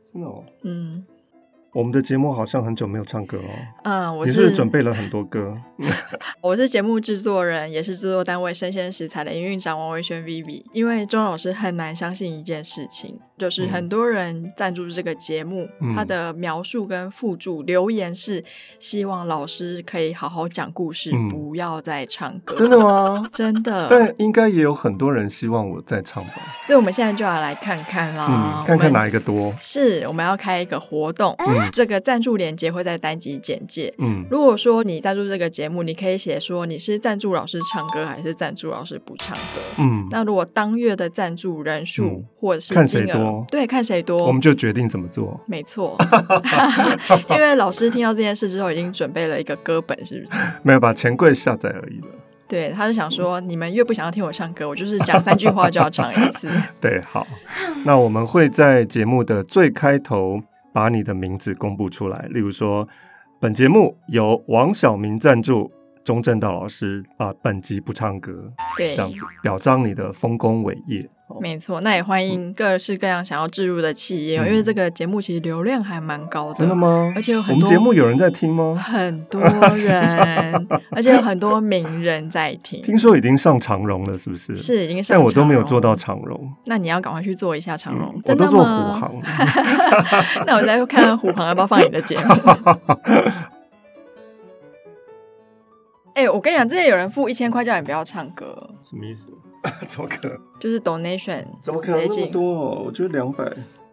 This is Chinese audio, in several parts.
真的哦。我们的节目好像很久没有唱歌哦。你是不是准备了很多歌？ 我是节目制作人，也是制作单位生鲜食材的营运长王维轩 Vivi。因为钟老师很难相信一件事情，就是很多人赞助这个节目，他的描述跟附注留言是希望老师可以好好讲故事，不要再唱歌。 真的吗？ 真的。 但应该也有很多人希望我再唱吧。 所以我们现在就要来看看啦， 看看哪一个多。 是，我们要开一个活动。这个赞助连结会在单集简介。如果说你赞助这个节目，你可以写说你是赞助老师唱歌还是赞助老师不唱歌。那如果当月的赞助人数或者是金额， 看谁多， 对，看谁多， 我们就决定怎么做。 没错。因为老师听到这件事之后已经准备了一个歌本，是不是？ 没有，把钱柜下载而已了。 对，他就想说你们越不想要听我唱歌，我就是讲3句话就要唱一次。 对，好，那我们会在节目的最开头把你的名字公布出来，例如说本节目由王晓明赞助，钟正道老师本集不唱歌， 对， 这样子表彰你的丰功伟业。 没错，那也欢迎各式各样想要置入的企业，因为这个节目其实流量还蛮高的。 真的吗？ 而且有很多， 我们节目有人在听吗？ 很多人。而且有很多名人在听。 听说已经上长荣了，是不是？ 是，已经上长荣， 但我都没有做到长荣。 那你要赶快去做一下长荣。 我都做虎航。 那我再看看虎航要不要放你的节目。我跟你讲，之前有人付1000块叫你不要唱歌。 什么意思？怎么可能？ 就是 donation。 怎么可能那么多我觉得200。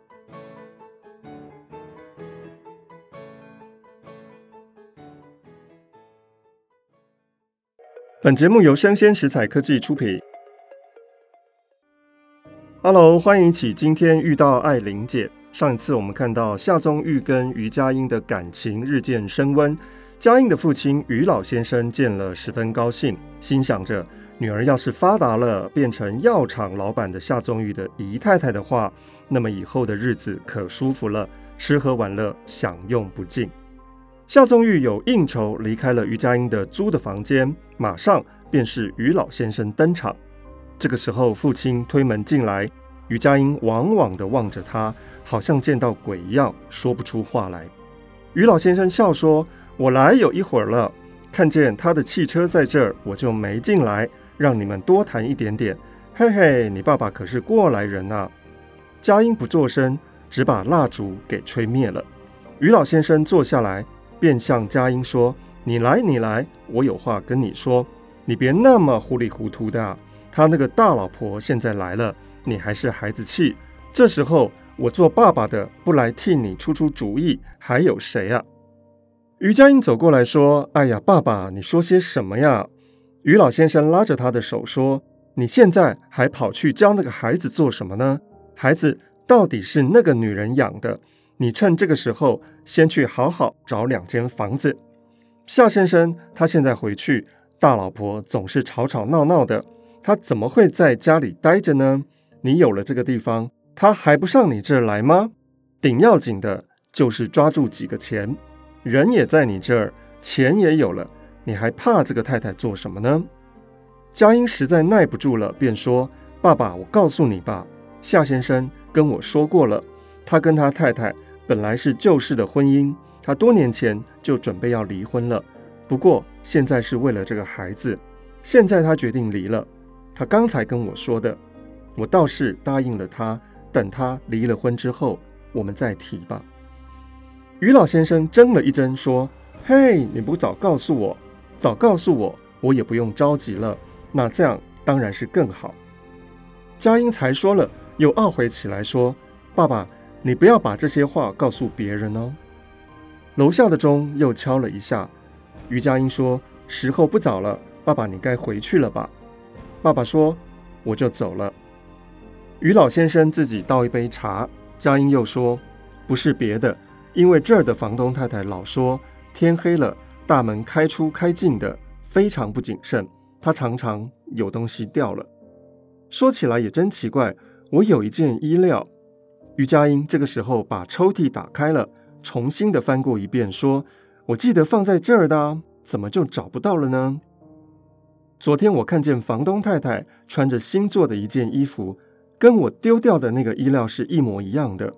本节目由生鲜食材科技出品。Hello， 欢迎一起今天遇到艾琳姐。上一次我们看到夏宗玉跟于佳音的感情日渐升温，佳音的父亲于老先生见了十分高兴，心想着女儿要是发达了，变成药厂老板的夏宗玉的姨太太的话，那么以后的日子可舒服了，吃喝玩乐享用不尽。夏宗玉有应酬离开了于佳音的租的房间，马上便是于老先生登场。这个时候父亲推门进来，于佳音往往地望着他，好像见到鬼一样，说不出话来。于老先生笑说，我来有一会儿了，看见他的汽车在这儿，我就没进来，让你们多谈一点点。嘿嘿，你爸爸可是过来人啊。佳音不作声，只把蜡烛给吹灭了。于老先生坐下来，便向佳音说，你来你来，我有话跟你说，你别那么糊里糊涂的啊。他那个大老婆现在来了，你还是孩子气，这时候我做爸爸的不来替你出出主意，还有谁啊？于佳音走过来说，哎呀，爸爸，你说些什么呀？于老先生拉着他的手说，你现在还跑去教那个孩子做什么呢？孩子到底是那个女人养的，你趁这个时候先去好好找2间房子。夏先生他现在回去，大老婆总是吵吵闹闹的，他怎么会在家里待着呢？你有了这个地方，他还不上你这儿来吗？顶要紧的就是抓住几个钱，人也在你这儿，钱也有了，你还怕这个太太做什么呢？佳音实在耐不住了，便说，爸爸，我告诉你吧，夏先生跟我说过了，他跟他太太本来是旧式的婚姻，他多年前就准备要离婚了，不过现在是为了这个孩子，现在他决定离了。他刚才跟我说的，我倒是答应了他，等他离了婚之后我们再提吧。于老先生怔了一怔说，嘿，你不早告诉我，早告诉我，我也不用着急了，那这样当然是更好。佳音才说了，又懊悔起来说，爸爸，你不要把这些话告诉别人哦。楼下的钟又敲了一下，于佳音说，时候不早了，爸爸你该回去了吧。爸爸说，我就走了。于老先生自己倒一杯茶，佳音又说，不是别的，因为这儿的房东太太老说，天黑了大门开出开进的，非常不谨慎，她常常有东西掉了。说起来也真奇怪，我有一件衣料。于佳音这个时候把抽屉打开了，重新的翻过一遍，说，我记得放在这儿的啊，怎么就找不到了呢？昨天我看见房东太太穿着新做的一件衣服，跟我丢掉的那个衣料是一模一样的。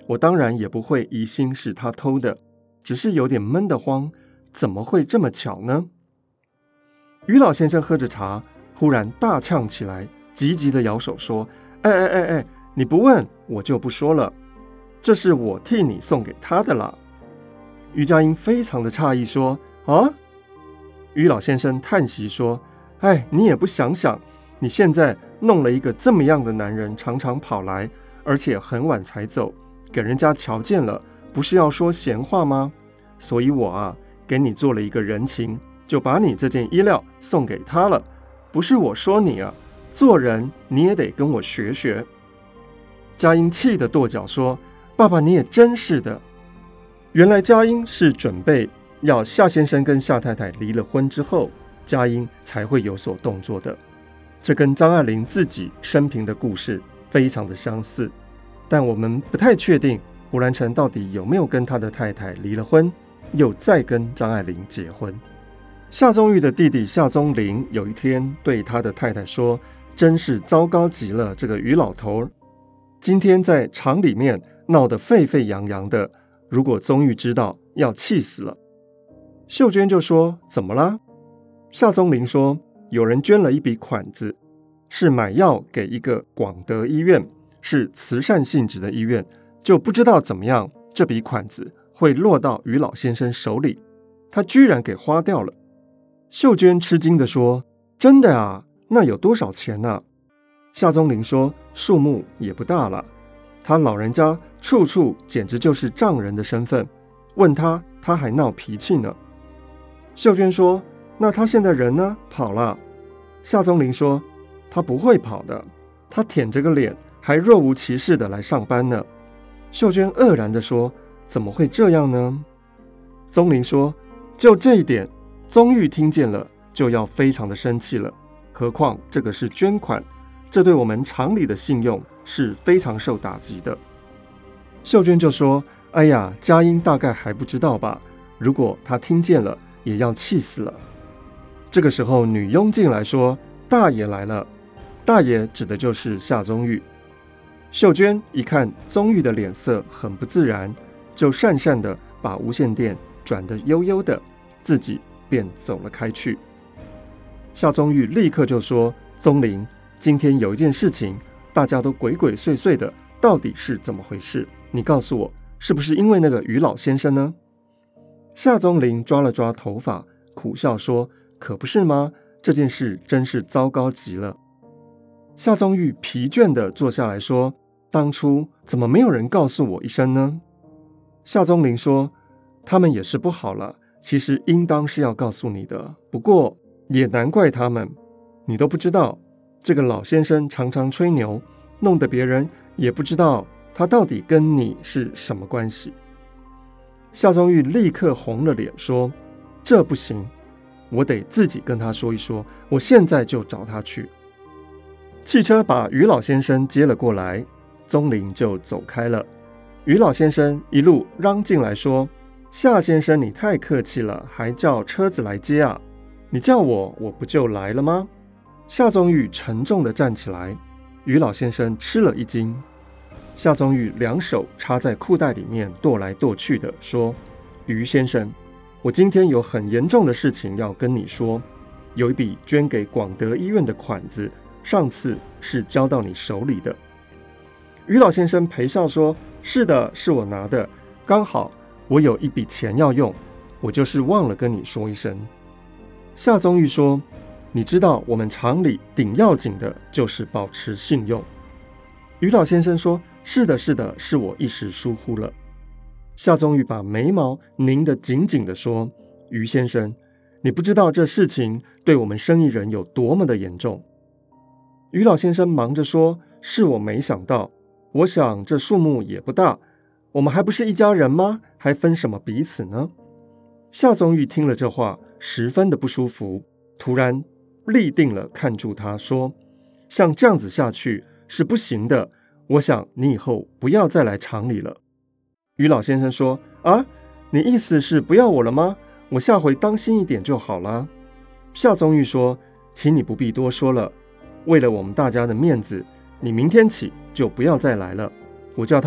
我当然也不会疑心是他偷的，只是有点闷得慌，怎么会这么巧呢？于老先生喝着茶，忽然大呛起来，急急地摇手说：哎，你不问我就不说了，这是我替你送给他的啦。于佳音非常的诧异说：啊？于老先生叹息说：哎，你也不想想，你现在弄了一个这么样的男人，常常跑来，而且很晚才走，给人家瞧见了，不是要说闲话吗？所以我啊，给你做了一个人情，就把你这件衣料送给他了。不是我说你啊，做人你也得跟我学学。佳音气得跺脚说：爸爸你也真是的。原来佳音是准备要夏先生跟夏太太离了婚之后，佳音才会有所动作的。这跟张爱玲自己生平的故事非常的相似，但我们不太确定胡兰成到底有没有跟他的太太离了婚，又再跟张爱玲结婚。夏宗玉的弟弟夏宗麟有一天对他的太太说：真是糟糕极了，这个于老头今天在厂里面闹得沸沸扬扬的，如果宗玉知道，要气死了。秀娟就说：怎么啦？夏宗麟说：有人捐了一笔款子，是买药给一个广德医院，是慈善性质的医院，就不知道怎么样，这笔款子会落到于老先生手里，他居然给花掉了。秀娟吃惊地说：真的啊？那有多少钱啊？夏宗麟说：数目也不大了，他老人家处处简直就是丈人的身份，问他，他还闹脾气呢。秀娟说：那他现在人呢？跑了。夏宗麟说：他不会跑的，他舔着个脸还若无其事的来上班呢。秀娟愕然地说：怎么会这样呢？宗麟说：就这一点，宗玉听见了就要非常的生气了，何况这个是捐款，这对我们厂里的信用是非常受打击的。秀娟就说：哎呀，佳音大概还不知道吧，如果他听见了也要气死了。这个时候女佣进来说：大爷来了。大爷指的就是夏宗玉。秀娟一看宗玉的脸色很不自然，就讪讪的把无线电转得悠悠的，自己便走了开去。夏宗玉立刻就说：宗麟，今天有一件事情，大家都鬼鬼祟祟的，到底是怎么回事？你告诉我，是不是因为那个于老先生呢？夏宗麟抓了抓头发，苦笑说：可不是吗？这件事真是糟糕极了。夏宗玉疲倦地坐下来说：当初怎么没有人告诉我一声呢？夏宗麟说：他们也是不好了，其实应当是要告诉你的，不过也难怪他们，你都不知道，这个老先生常常吹牛，弄得别人也不知道他到底跟你是什么关系。夏宗玉立刻红了脸说：这不行，我得自己跟他说一说，我现在就找他去。汽车把于老先生接了过来，宗麟就走开了。于老先生一路嚷进来说：夏先生你太客气了，还叫车子来接啊，你叫我不就来了吗？夏宗玉沉重地站起来，于老先生吃了一惊。夏宗玉两手插在裤袋里面跺来跺去的说：于先生，我今天有很严重的事情要跟你说，有一笔捐给广德医院的款子，上次是交到你手里的。于老先生陪笑说：是的，是我拿的，刚好我有一笔钱要用，我就是忘了跟你说一声。夏宗玉说：你知道我们厂里顶要紧的就是保持信用。于老先生说：是的，是的，是我一时疏忽了。夏宗玉把眉毛拧得紧紧地说：于先生，你不知道这事情对我们生意人有多么的严重。于老先生忙着说：是我没想到，我想这数目也不大，我们还不是一家人吗？还分什么彼此呢？夏宗玉听了这话，十分的不舒服，突然立定了看住他说：像这样子下去是不行的，我想你以后不要再来厂里了。于老先生说：啊，你意思是不要我了吗？我下回当心一点就好了。夏宗玉说：请你不必多说了，为了我们大家的面子，你明天起就不要再来了，我叫他们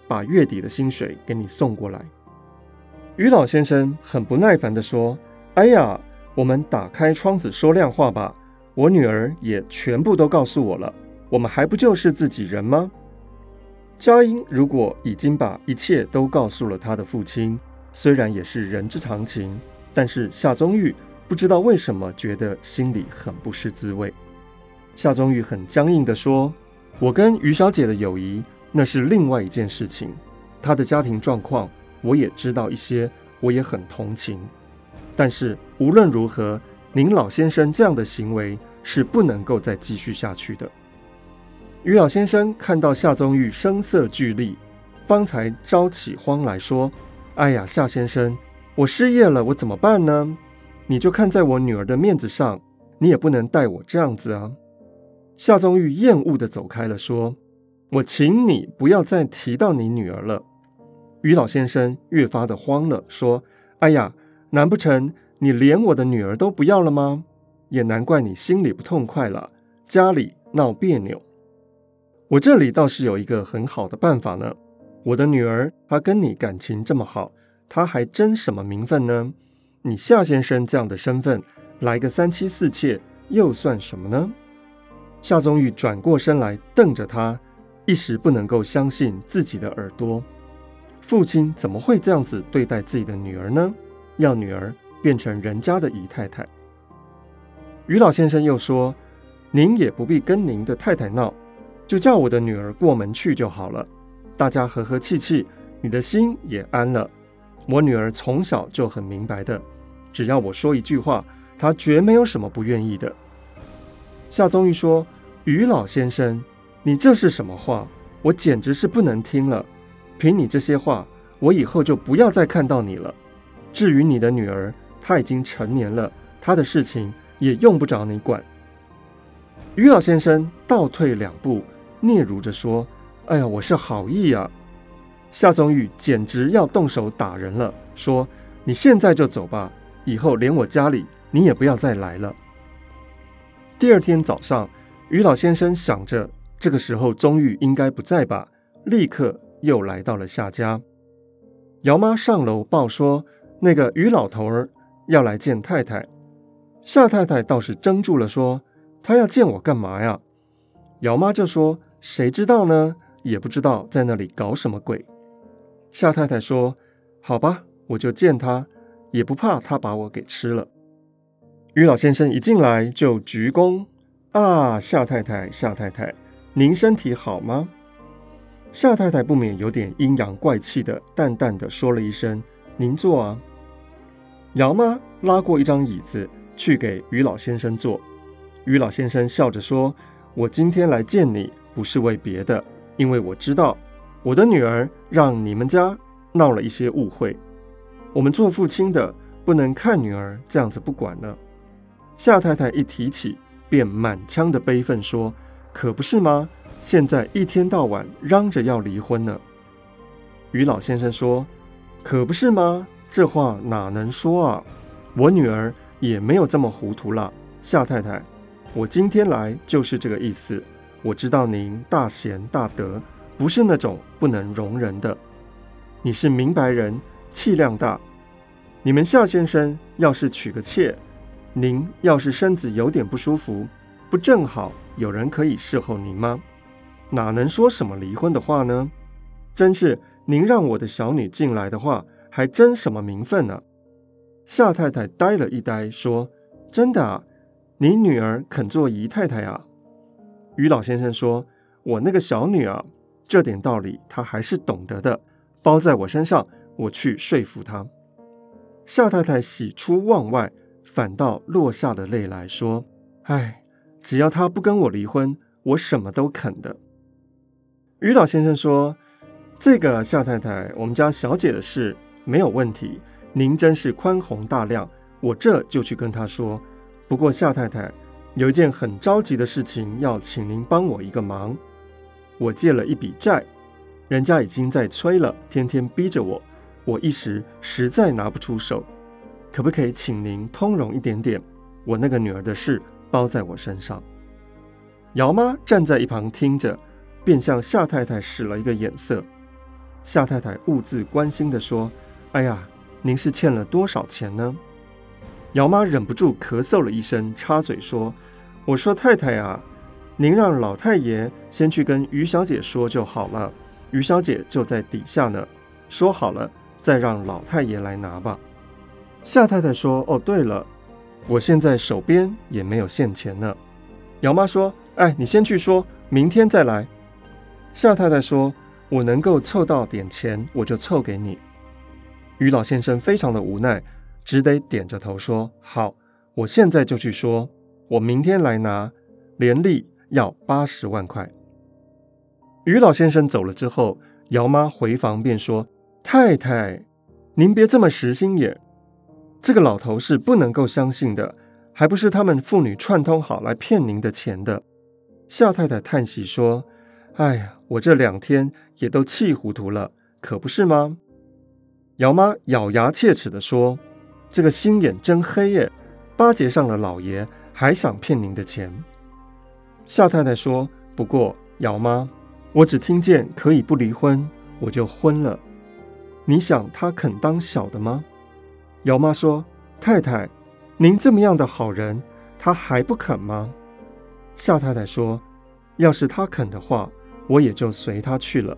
把月底的薪水给你送过来。”于老先生很不耐烦地说：“哎呀，我们打开窗子说亮话吧，我女儿也全部都告诉我了，我们还不就是自己人吗？”佳音如果已经把一切都告诉了他的父亲，虽然也是人之常情，但是夏宗玉不知道为什么觉得心里很不是滋味。夏宗玉很僵硬地说：“我跟于小姐的友谊那是另外一件事情，她的家庭状况我也知道一些，我也很同情。但是无论如何，您老先生这样的行为是不能够再继续下去的。”于老先生看到夏宗玉声色俱厉，方才着起慌来说：“哎呀，夏先生，我失业了，我怎么办呢？你就看在我女儿的面子上，你也不能待我这样子啊。”夏宗玉厌恶地走开了，说：“我请你不要再提到你女儿了。”于老先生越发的慌了，说：“哎呀，难不成你连我的女儿都不要了吗？也难怪你心里不痛快了，家里闹别扭。我这里倒是有一个很好的办法呢。我的女儿她跟你感情这么好，她还争什么名分呢？你夏先生这样的身份，来个3妻4妾又算什么呢？”夏宗玉转过身来瞪着他，一时不能够相信自己的耳朵。父亲怎么会这样子对待自己的女儿呢？要女儿变成人家的姨太太。于老先生又说：“您也不必跟您的太太闹，就叫我的女儿过门去就好了，大家和和气气，你的心也安了。我女儿从小就很明白的，只要我说一句话，她绝没有什么不愿意的。”夏宗玉说：“于老先生，你这是什么话？我简直是不能听了。凭你这些话，我以后就不要再看到你了。至于你的女儿，她已经成年了，她的事情也用不着你管。”于老先生倒退2步，嗫嚅着说：“哎呀，我是好意啊。”夏宗玉简直要动手打人了，说：“你现在就走吧，以后连我家里你也不要再来了。”第二天早上，于老先生想着这个时候宗玉应该不在吧，立刻又来到了夏家。姚妈上楼报说，那个于老头儿要来见太太。夏太太倒是怔住了，说：“他要见我干嘛呀？”姚妈就说：“谁知道呢？也不知道在那里搞什么鬼。”夏太太说：“好吧，我就见他，也不怕他把我给吃了。”于老先生一进来就鞠躬：“啊，夏太太，夏太太，您身体好吗？”夏太太不免有点阴阳怪气的，淡淡的说了一声：“您坐啊。”姚妈拉过一张椅子去给于老先生坐。于老先生笑着说：“我今天来见你，不是为别的，因为我知道我的女儿让你们家闹了一些误会，我们做父亲的不能看女儿这样子不管呢。”夏太太一提起，便满腔的悲愤说：“可不是吗？现在一天到晚嚷着要离婚呢。”于老先生说：“可不是吗？这话哪能说啊？我女儿也没有这么糊涂啦。夏太太，我今天来就是这个意思。我知道您大贤大德，不是那种不能容人的。你是明白人，气量大。你们夏先生要是娶个妾，您要是身子有点不舒服，不正好有人可以侍候您吗？哪能说什么离婚的话呢？真是您让我的小女进来的话，还争什么名分呢？”夏太太呆了一呆，说：“真的啊，你女儿肯做姨太太啊？”于老先生说：“我那个小女啊，这点道理她还是懂得的，包在我身上，我去说服她。”夏太太喜出望外，反倒落下了泪来，说：“哎，只要她不跟我离婚，我什么都肯的。”于老先生说：“这个夏太太，我们家小姐的事没有问题，您真是宽宏大量，我这就去跟她说。不过夏太太，有一件很着急的事情要请您帮我一个忙。我借了一笔债，人家已经在催了，天天逼着我，我一时实在拿不出手，可不可以请您通融一点点？我那个女儿的事包在我身上。”姚妈站在一旁听着，便向夏太太使了一个眼色。 夏太太兀自关心地说：“哎呀，您是欠了多少钱呢？”姚妈忍不住咳嗽了一声，插嘴说：“我说太太啊，您让老太爷先去跟于小姐说就好了，于小姐就在底下呢，说好了再让老太爷来拿吧。”夏太太说：“哦，对了，我现在手边也没有现钱呢。”姚妈说：“哎，你先去说，明天再来。”夏太太说：“我能够凑到点钱，我就凑给你。”于老先生非常的无奈，只得点着头说：“好，我现在就去说，我明天来拿，连利要80万块。”于老先生走了之后，姚妈回房便说：“太太，您别这么实心眼，这个老头是不能够相信的，还不是他们父女串通好来骗您的钱的。”夏太太叹息说：“哎呀，我这2天也都气糊涂了，可不是吗？”姚妈咬牙切齿地说：“这个心眼真黑耶，巴结上了老爷，还想骗您的钱。”夏太太说：“不过姚妈，我只听见可以不离婚，我就婚了。你想他肯当小的吗？”姚妈说：“太太，您这么样的好人，他还不肯吗？”夏太太说：“要是他肯的话，我也就随他去了。”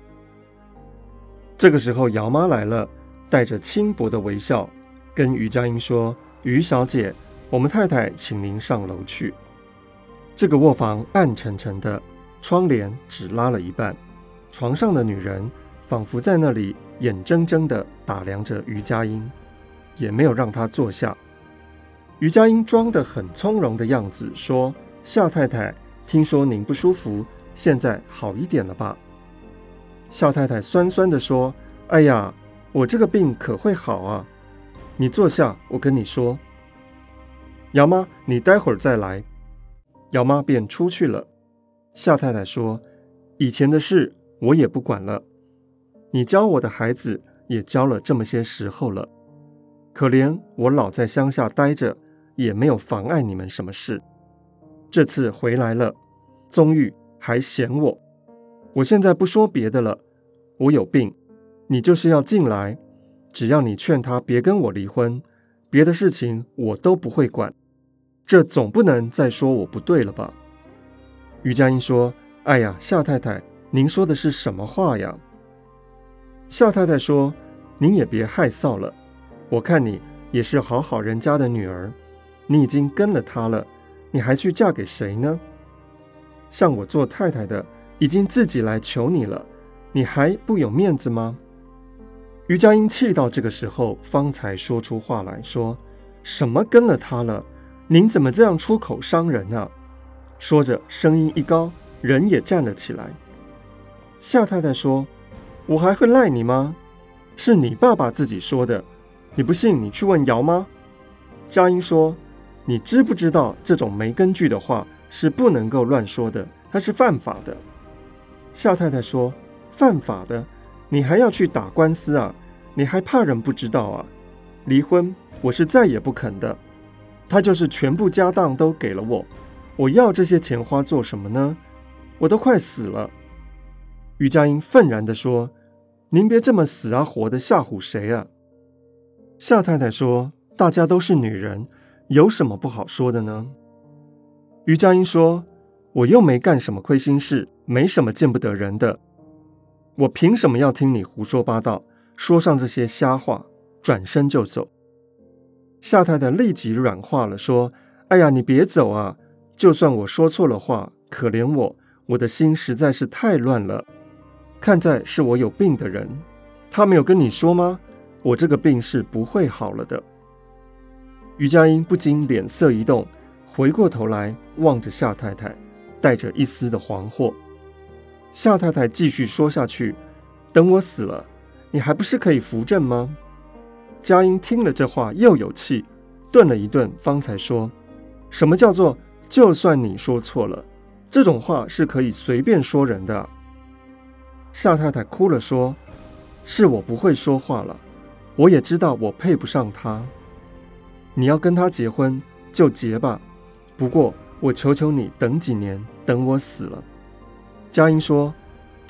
这个时候，姚妈来了，带着轻薄的微笑，跟于佳音说：“于小姐，我们太太请您上楼去。”这个卧房暗沉沉的，窗帘只拉了一半，床上的女人仿佛在那里眼睁睁地打量着于佳音，也没有让她坐下。于佳音装得很从容的样子，说：“夏太太，听说您不舒服，现在好一点了吧？”夏太太酸酸地说：“哎呀，我这个病可会好啊！你坐下，我跟你说。”姚妈，你待会儿再来。姚妈便出去了。夏太太说：“以前的事我也不管了，你教我的孩子也教了这么些时候了，可怜我老在乡下待着，也没有妨碍你们什么事。这次回来了，宗玉还嫌我。我现在不说别的了，我有病，你就是要进来，只要你劝他别跟我离婚，别的事情我都不会管。这总不能再说我不对了吧？”于佳音说：“哎呀，夏太太，您说的是什么话呀？”夏太太说：“您也别害臊了，我看你也是好好人家的女儿，你已经跟了他了，你还去嫁给谁呢？像我做太太的，已经自己来求你了，你还不有面子吗？”于佳音气到这个时候，方才说出话来，说：“什么跟了他了？您怎么这样出口伤人啊？”说着声音一高，人也站了起来。夏太太说：“我还会赖你吗？是你爸爸自己说的，你不信你去问姚妈。”佳音说：“你知不知道这种没根据的话是不能够乱说的，它是犯法的。”夏太太说：“犯法的？你还要去打官司啊？你还怕人不知道啊？离婚我是再也不肯的，他就是全部家当都给了我，我要这些钱花做什么呢？我都快死了。”于佳音愤然地说：“您别这么死啊活的吓唬谁啊？”夏太太说：“大家都是女人，有什么不好说的呢？”于佳音说：“我又没干什么亏心事，没什么见不得人的，我凭什么要听你胡说八道，说上这些瞎话，转身就走。”夏太太立即软化了，说：“哎呀，你别走啊！就算我说错了话，可怜我的心实在是太乱了。看在是我有病的人，他没有跟你说吗？我这个病是不会好了的。”于佳音不禁脸色一动，回过头来望着夏太太，带着一丝的惶惑。夏太太继续说下去：“等我死了，你还不是可以扶正吗？”佳音听了这话又有气，顿了一顿，方才说：“什么叫做就算你说错了？这种话是可以随便说人的。”夏太太哭了，说：“是我不会说话了，我也知道我配不上他。你要跟他结婚就结吧，不过我求求你等几年，等我死了。”佳音说：“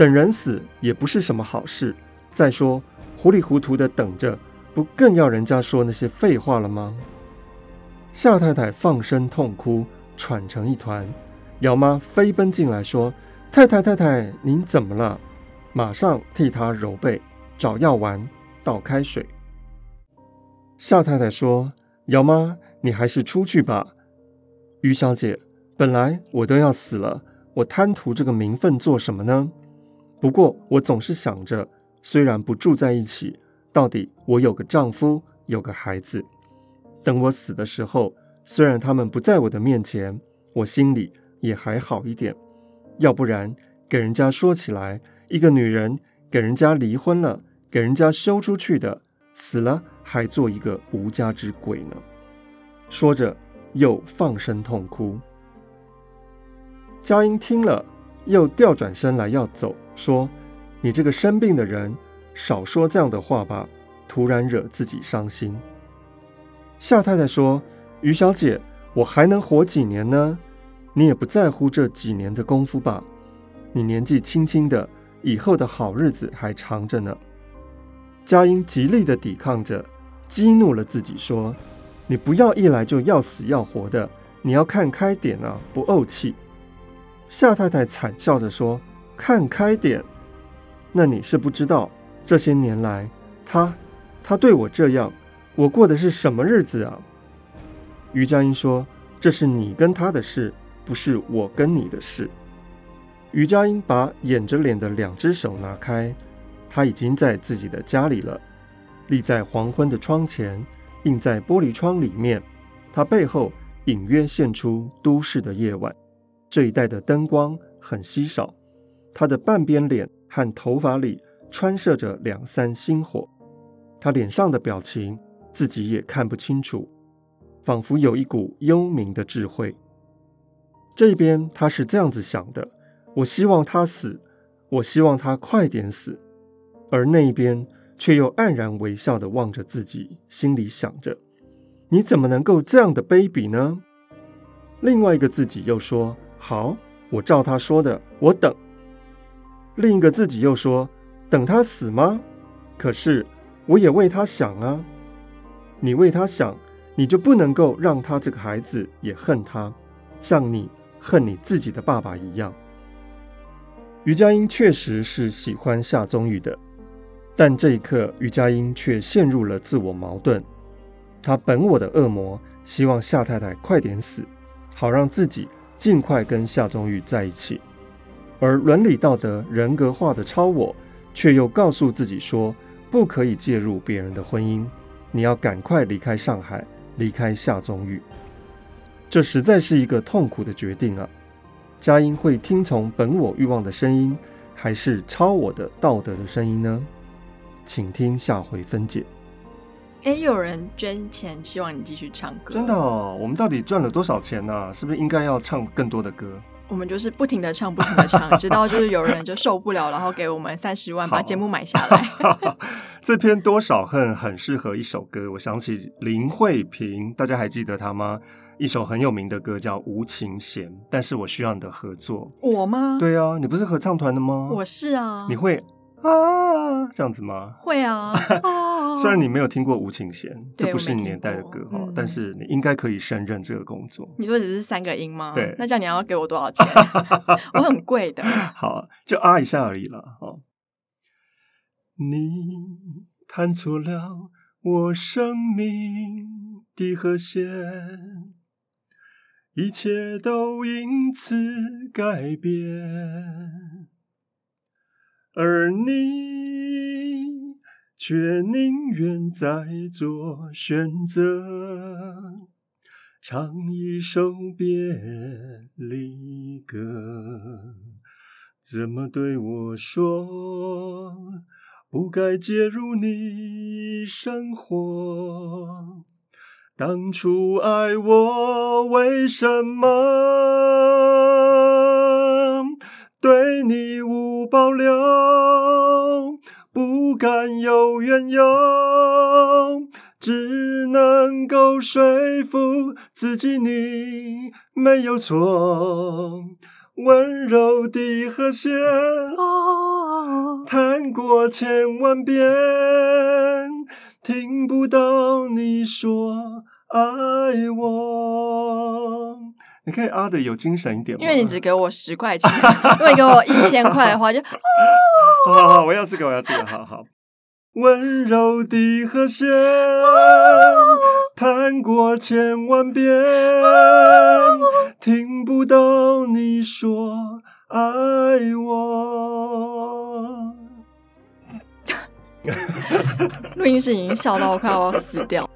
等人死也不是什么好事。再说糊里糊涂的等着，不更要人家说那些废话了吗？夏太太放声痛哭，喘成一团。姚妈飞奔进来说：太太太太，您怎么了？马上替她揉背，找药丸，倒开水。夏太太说：姚妈，你还是出去吧。于小姐，本来我都要死了，我贪图这个名分做什么呢？不过我总是想着，虽然不住在一起，到底我有个丈夫，有个孩子。等我死的时候，虽然他们不在我的面前，我心里也还好一点。要不然给人家说起来，一个女人给人家离婚了，给人家休出去的，死了还做一个无家之鬼呢。说着又放声痛哭。佳音听了，又调转身来要走，说：你这个生病的人，少说这样的话吧，突然惹自己伤心。夏太太说：于小姐，我还能活几年呢？你也不在乎这几年的功夫吧？你年纪轻轻的，以后的好日子还长着呢。佳音极力的抵抗着，激怒了自己，说：你不要一来就要死要活的，你要看开点啊，不怄气。夏太太惨笑着说：看开点？那你是不知道，这些年来他对我这样，我过的是什么日子啊？于佳音说：这是你跟他的事，不是我跟你的事。于佳音把掩着脸的2只手拿开，他已经在自己的家里了，立在黄昏的窗前，映在玻璃窗里面，他背后隐约现出都市的夜晚。这一带的灯光很稀少，他的半边脸和头发里穿射着2、3星火，他脸上的表情自己也看不清楚，仿佛有一股幽冥的智慧。这边他是这样子想的：我希望他死，我希望他快点死。而那一边却又黯然微笑地望着自己，心里想着：你怎么能够这样的卑鄙呢？另外一个自己又说：好，我照他说的，我等。另一个自己又说：等他死吗？可是我也为他想啊。你为他想，你就不能够让他这个孩子也恨他，像你恨你自己的爸爸一样。于佳音确实是喜欢夏宗玉的，但这一刻于佳音却陷入了自我矛盾。他本我的恶魔希望夏太太快点死，好让自己尽快跟夏宗玉在一起，而伦理道德人格化的超我却又告诉自己说，不可以介入别人的婚姻，你要赶快离开上海，离开夏宗玉。这实在是一个痛苦的决定啊！佳音会听从本我欲望的声音，还是超我的道德的声音呢？请听下回分解。 有人捐钱希望你继续唱歌。 真的哦？我们到底赚了多少钱啊？是不是应该要唱更多的歌？ 我们就是不停的唱不停的唱，直到就是有人就受不了，然后给我们30万把节目买下来。 这篇多少恨很适合一首歌，我想起林慧萍，大家还记得她吗？一首很有名的歌叫《无情弦》，但是我需要你的合作。 我吗？ 对啊，你不是合唱团的吗？ 我是啊。 你会啊这样子吗？ 会啊。 虽然你没有听过《无情弦》，这不是你年代的歌，但是你应该可以胜任这个工作。 你说只是3个音吗？ 对。 那这样你要给我多少钱？我很贵的。 好，就啊一下而已了。你弹错了我生命的和弦，一切都因此改变，而你却宁愿再做选择，唱一首别离歌。怎么对我说不该介入你生活？当初爱我为什么对你无保留，不敢有缘由，只能够说服自己你没有错。 温柔的和弦弹过千万遍，听不到你说爱我。你可以的有精神一点吗？ 因为你只给我10块钱，如果你给我1000块的话就好，我要这个，好。温柔的和弦弹过千万遍，听不到你说爱我。 录音室已经笑到快要死掉。